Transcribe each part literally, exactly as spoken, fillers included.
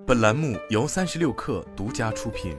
本栏目由三十六氪独家出品。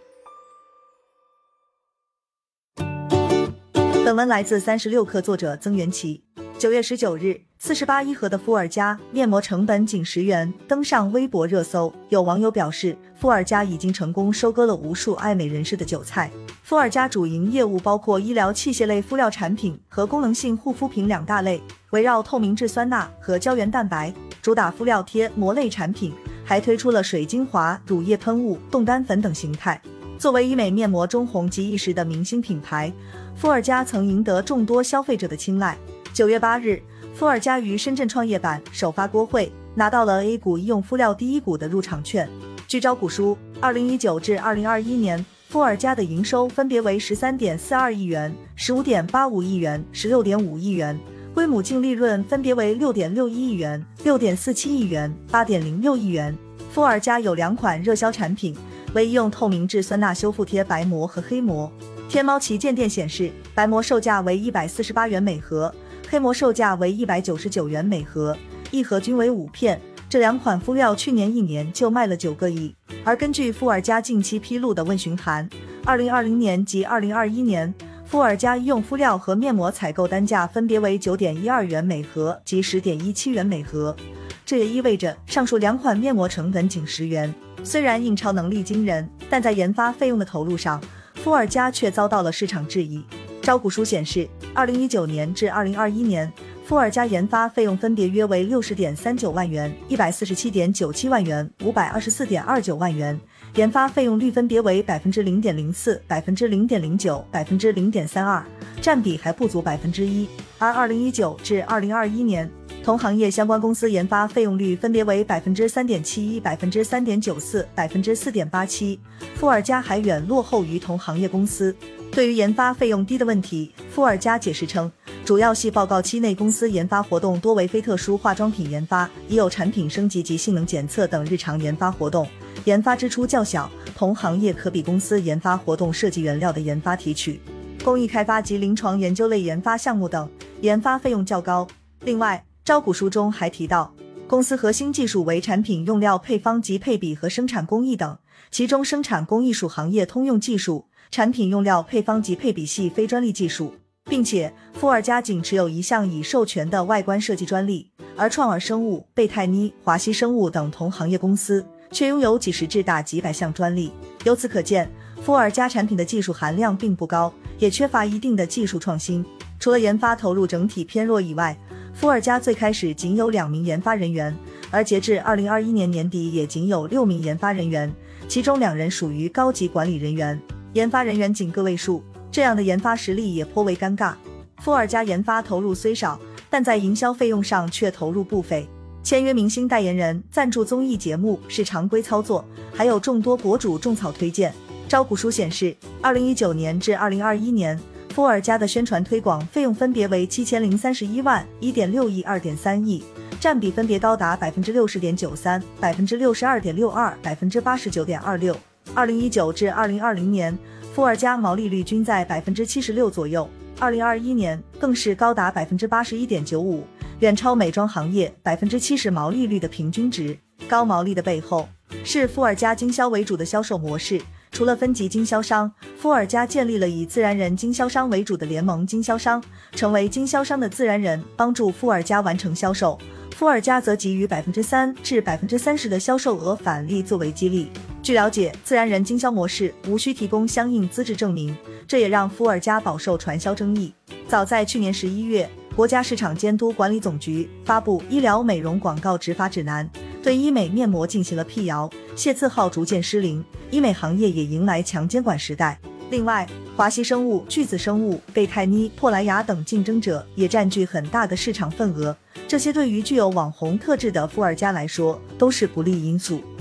本文来自三十六氪，作者曾元奇。九月十九日，四十八一盒的敷尔佳面膜成本仅十元，登上微博热搜。有网友表示，敷尔佳已经成功收割了无数爱美人士的韭菜。敷尔佳主营业务包括医疗器械类敷料产品和功能性护肤品两大类，围绕透明质酸钠和胶原蛋白，主打敷料贴膜类产品，还推出了水精华、乳液喷雾、冻干粉等形态。作为医美面膜中红极一时的明星品牌，敷尔佳曾赢得众多消费者的青睐。九月八日，敷尔佳于深圳创业板首发锅会，拿到了 A 股医用敷料第一股的入场券。据招股书，二零一九至二零二一年，敷尔佳的营收分别为 十三点四二亿元、十五点八五亿元、十六点五亿元，规模净利润分别为 六点六一亿元、六点四七亿元、八点零六亿元。敷尔佳有两款热销产品，为医用透明质酸钠修复贴白膜和黑膜。天猫旗舰店显示，白膜售价为一百四十八元每盒，黑膜售价为一百九十九元每盒，一盒均为五片。这两款敷料去年一年就卖了九个亿。而根据敷尔佳近期披露的问询函，二零二零年及二零二一年，敷尔佳医用敷料和面膜采购单价分别为 九点一二元每盒及 十点一七元每盒。这也意味着上述两款面膜成本仅十元。虽然印钞能力惊人，但在研发费用的投入上，敷尔佳却遭到了市场质疑。招股书显示，二零一九年至二零二一年，敷尔佳研发费用分别约为 六十点三九万元、一百四十七点九七万元、五百二十四点二九万元，研发费用率分别为 百分之零点零四、百分之零点零九、百分之零点三二，占比还不足百分之一。而二零一九至二零二一年，同行业相关公司研发费用率分别为 百分之三点七一、百分之三点九四、百分之四点八七，敷尔佳还远落后于同行业公司。对于研发费用低的问题，敷尔佳解释称，主要系报告期内公司研发活动多为非特殊化妆品研发，也有产品升级及性能检测等日常研发活动，研发支出较小，同行业可比公司研发活动涉及原料的研发提取、工艺开发及临床研究类研发项目等，研发费用较高。另外，招股书中还提到，公司核心技术为产品用料配方及配比和生产工艺等，其中生产工艺属行业通用技术，产品用料配方及配比系非专利技术，并且敷尔佳仅持有一项已授权的外观设计专利，而创尔生物、贝泰妮、华西生物等同行业公司却拥有几十至大几百项专利。由此可见，敷尔佳产品的技术含量并不高，也缺乏一定的技术创新。除了研发投入整体偏弱以外，敷尔佳最开始仅有两名研发人员，而截至二零二一年年底也仅有六名研发人员，其中两人属于高级管理人员，研发人员仅个位数，这样的研发实力也颇为尴尬。敷尔佳研发投入虽少，但在营销费用上却投入不菲，签约明星代言人、赞助综艺节目是常规操作，还有众多博主种草推荐。招股书显示，二零一九年至二零二一年，敷尔佳的宣传推广费用分别为七千零三十一万、一点六亿、二点三亿，占比分别高达 百分之六十点九三、百分之六十二点六二、百分之八十九点二六。二零一九至二零二零年，敷尔佳毛利率均在 百分之七十六 左右，二零二一年更是高达 百分之八十一点九五，远超美妆行业 百分之七十 毛利率的平均值。高毛利的背后是敷尔佳经销为主的销售模式，除了分级经销商，敷尔佳建立了以自然人经销商为主的联盟经销商，成为经销商的自然人帮助敷尔佳完成销售，敷尔佳则给予 百分之三 至 百分之三十 的销售额返利作为激励。据了解，自然人经销模式无需提供相应资质证明，这也让敷尔佳饱受传销争议。早在去年十一月，国家市场监督管理总局发布医疗美容广告执法指南，对医美面膜进行了辟谣，谢字号逐渐失灵，医美行业也迎来强监管时代。另外，华西生物、巨子生物、贝泰妮、珀莱雅等竞争者也占据很大的市场份额，这些对于具有网红特质的敷尔佳来说都是不利因素。